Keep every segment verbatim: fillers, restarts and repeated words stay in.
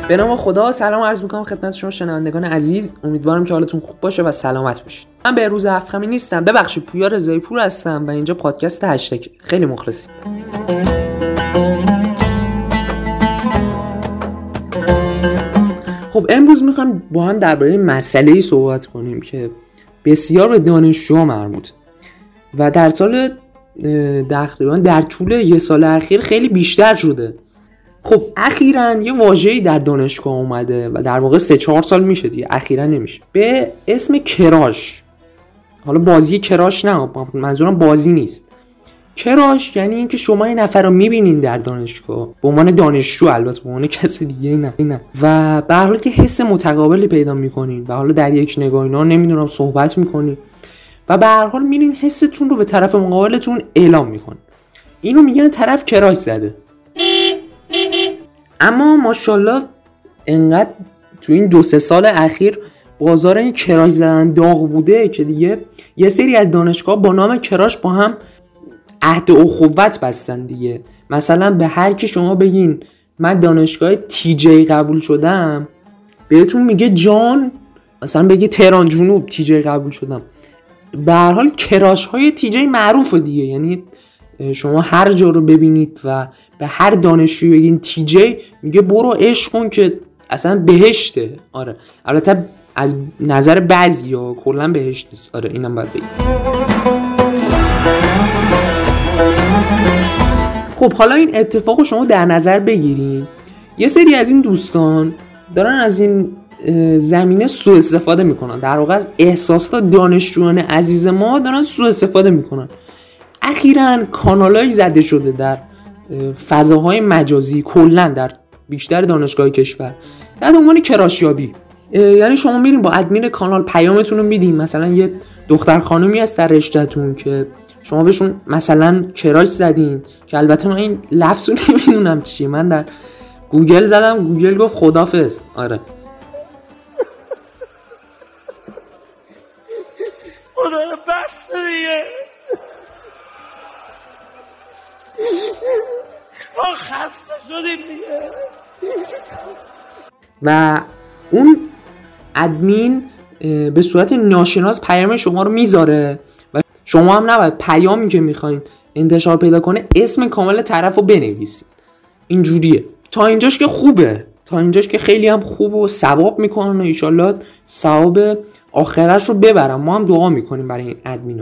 به نام خدا سلام عرض میکنم خدمت شما شنوندگان عزیز. امیدوارم که حالتون خوب باشه و سلامت باشید. من به روز افخمی نیستم، ببخشید پویا رضایی پور هستم و اینجا پادکست هشتگ. خیلی مخلصیم. خب امروز میخوام با هم درباره مسئله‌ای صحبت کنیم که بسیار به دانشجوها مربوط و در سال تقریبا در طول یه سال اخیر خیلی بیشتر شده. خب اخیراً یه واژه‌ای در دانشگاه اومده و در واقع سه چهار سال میشه دیگه، اخیراً نمیشه، به اسم کراش. حالا بازی کراش نه، منظورم بازی نیست. کراش یعنی اینکه شما یه نفر رو میبینین در دانشگاه به عنوان دانشجو، البته به عنوان کسی دیگه نه نه و به هر حال که حس متقابلی پیدا میکنین و حالا در یک نگاه اینا نمیدونم صحبت میکنین و به هر حال میرین حستون رو به طرف مقابلتون اعلام میکنین. اینو میگن طرف کراش زده. اما ماشاءالله انقدر تو این دو سه سال اخیر بازار این کراش زدن داغ بوده که دیگه یه سری از دانشگاه با نام کراش با هم عهد اخوت بستن دیگه. مثلا به هر کی شما بگین من دانشگاه تی جی قبول شدم، بهتون میگه جان، مثلا بگی تهران جنوب تی جی قبول شدم. به هر حال کراش های تی جی معروفه دیگه، یعنی شما هر جا رو ببینید و به هر دانشجویی بگین تی جی میگه برو عشق کن که اصلا بهشته. آره البته از نظر بعضیا کلا بهشت نیست. آره اینم باید بگیم. خب حالا این اتفاقو شما در نظر بگیرین، یه سری از این دوستان دارن از این زمینه سوء استفاده میکنن، در واقع از احساسات دانشجویان عزیز ما دارن سوء استفاده میکنن. اخیراً کانالای زده شده در فضاهای مجازی کلا در بیشتر دانشگاه کشور در عنوان کراشیابی. یعنی شما میرین با ادمین کانال پیامتون رو میدین، مثلا یه دختر خانومی هست در رشته‌تون که شما بهشون مثلا کراش زدین، که البته من این لفظو نمیدونم چیه، من در گوگل زدم، گوگل گفت خدافظ. آره خدا بس دیگه، ما خسته شدیم دیگه. و اون ادمین به صورت ناشناس پیام شما رو میذاره و شما هم نباید پیامی که میخواین انتشار پیدا کنه اسم کامل طرف رو بنویسید. اینجوریه. تا اینجاش که خوبه، تا اینجاش که خیلی هم خوب و ثواب میکنن و ایشالله ثواب آخرش رو ببرن. ما هم دعا میکنیم برای این ادمینا.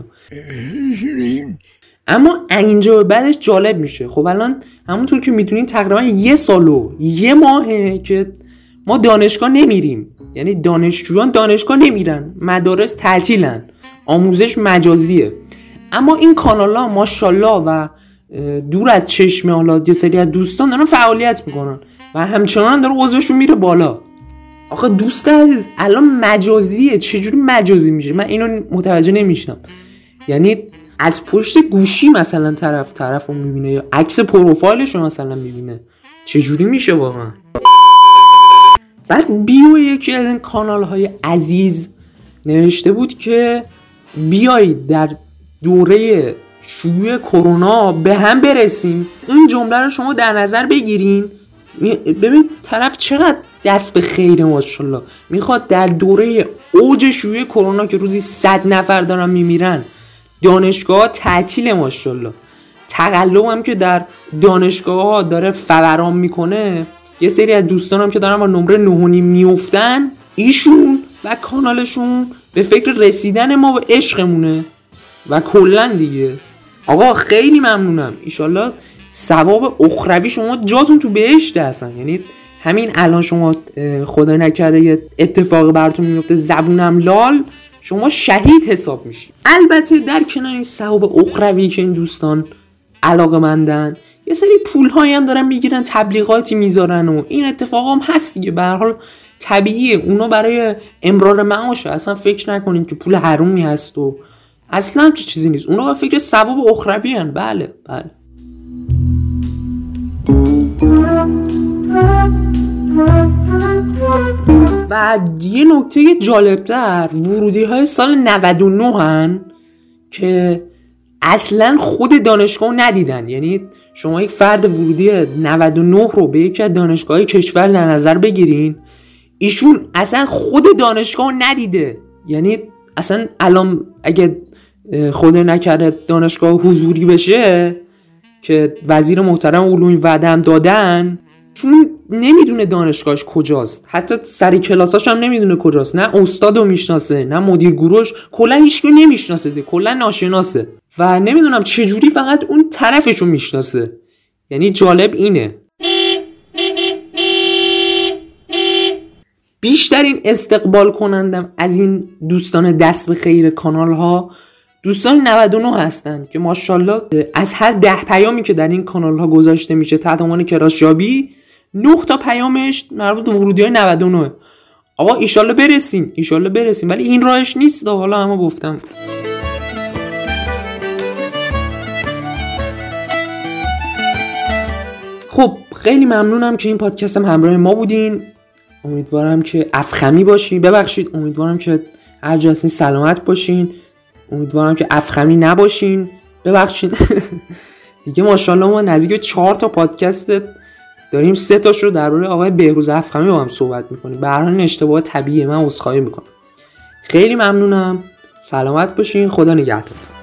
اما اینجا بعدش جالب میشه. خب الان همونطور که میدونین تقریبا یه سالو یه ماهه که ما دانشگاه نمیریم، یعنی دانشجویان دانشگاه نمیرن، مدارس تعطیلن، آموزش مجازیه. اما این کانالا ماشاءالله و دور از چشم حالا یه سری از دوستان دارن فعالیت میکنن و همچنان داره عضوشون میره بالا. آخه دوست عزیز الان مجازیه، چجوری مجازی میشه؟ من اینو متوجه نمیشم. یعنی از پشت گوشی مثلا طرف طرفو میبینه یا عکس پروفایلشو مثلا میبینه، چجوری میشه واقعا؟ بعد بیو یکی از این کانال های عزیز نوشته بود که بیایید در دوره شیوع کرونا به هم برسیم. این جمله رو شما در نظر بگیرین، ببین طرف چقدر دست به خیره ماشاءالله، میخواد در دوره اوج شیوع کرونا که روزی صد نفر دارن میمیرن، دانشگاه تعطیل ماشاءالله، تقلب هم که در دانشگاه ها داره فوران میکنه، یه سری از دوستانم که دارن با نمره نه و نیم میافتن، ایشون و کانالشون به فکر رسیدن ما به عشقمونه و کلا دیگه. آقا خیلی ممنونم، ایشالله ثواب اخروی شما جاتون تو بهشت هستن. یعنی همین الان شما خدا نکرده یه اتفاق براتون میفته زبونم لال، شما شهید حساب میشی. البته در کنار این ثواب اخروی که این دوستان علاقه‌مندن، یه سری پول‌هایی هم دارن میگیرن، تبلیغاتی میذارن و این اتفاق هم هست دیگه. به هر حال طبیعیه، اونا برای امرار معاشه. اصلا فکر نکنید که پول حرومی هست و اصلا چه چیزی نیست. اونا با فکر ثواب اخروی هن. بله بله. و یه نکته جالبتر، ورودی های سال نود و نه هن که اصلا خود دانشگاه ندیدن. یعنی شما یک فرد ورودی نود و نه رو به یکی از دانشگاه‌های کشور در نظر بگیرین، ایشون اصلا خود دانشگاه رو ندیده. یعنی اصلا الان اگه خدا نکرده دانشگاه حضوری بشه که وزیر محترم علوم وعده هم دادن، چون نمیدونه دانشگاهش کجاست، حتی سر کلاساش هم نمیدونه کجاست، نه استادو میشناسه نه مدیر گروهش، کلا هیچکی نمیشناسه، کلا ناشناسه و نمیدونم چجوری فقط اون طرفشو میشناسه. یعنی جالب اینه بیشترین استقبال کنندم از این دوستان دست به خیر کانال ها دوستان نود و نه هستن که ماشاءالله از هر ده پیامی که در این کانال ها گذاشته میشه تحت عنوان کراشیابی، نه تا پیامش مربوط به ورودی های نود و نه. آقا ایشالله برسیم ایشالله برسیم ولی این راهش نیست. حالا همه گفتم. خب خیلی ممنونم که این پادکست هم همراه ما بودین. امیدوارم که افخمی باشین. ببخشید امیدوارم که هر جا هستین سلامت باشین. امیدوارم که افخمی نباشین. ببخشید دیگه ماشاءالله ما نزدیک چهار تا پادکست داریم، سه تاش رو درباره آقای بهروز افخمی با هم صحبت میکنیم. به هر حال اشتباه طبیعیه، من عذرخواهی میکنم. خیلی ممنونم. سلامت باشین. خدا نگهدار.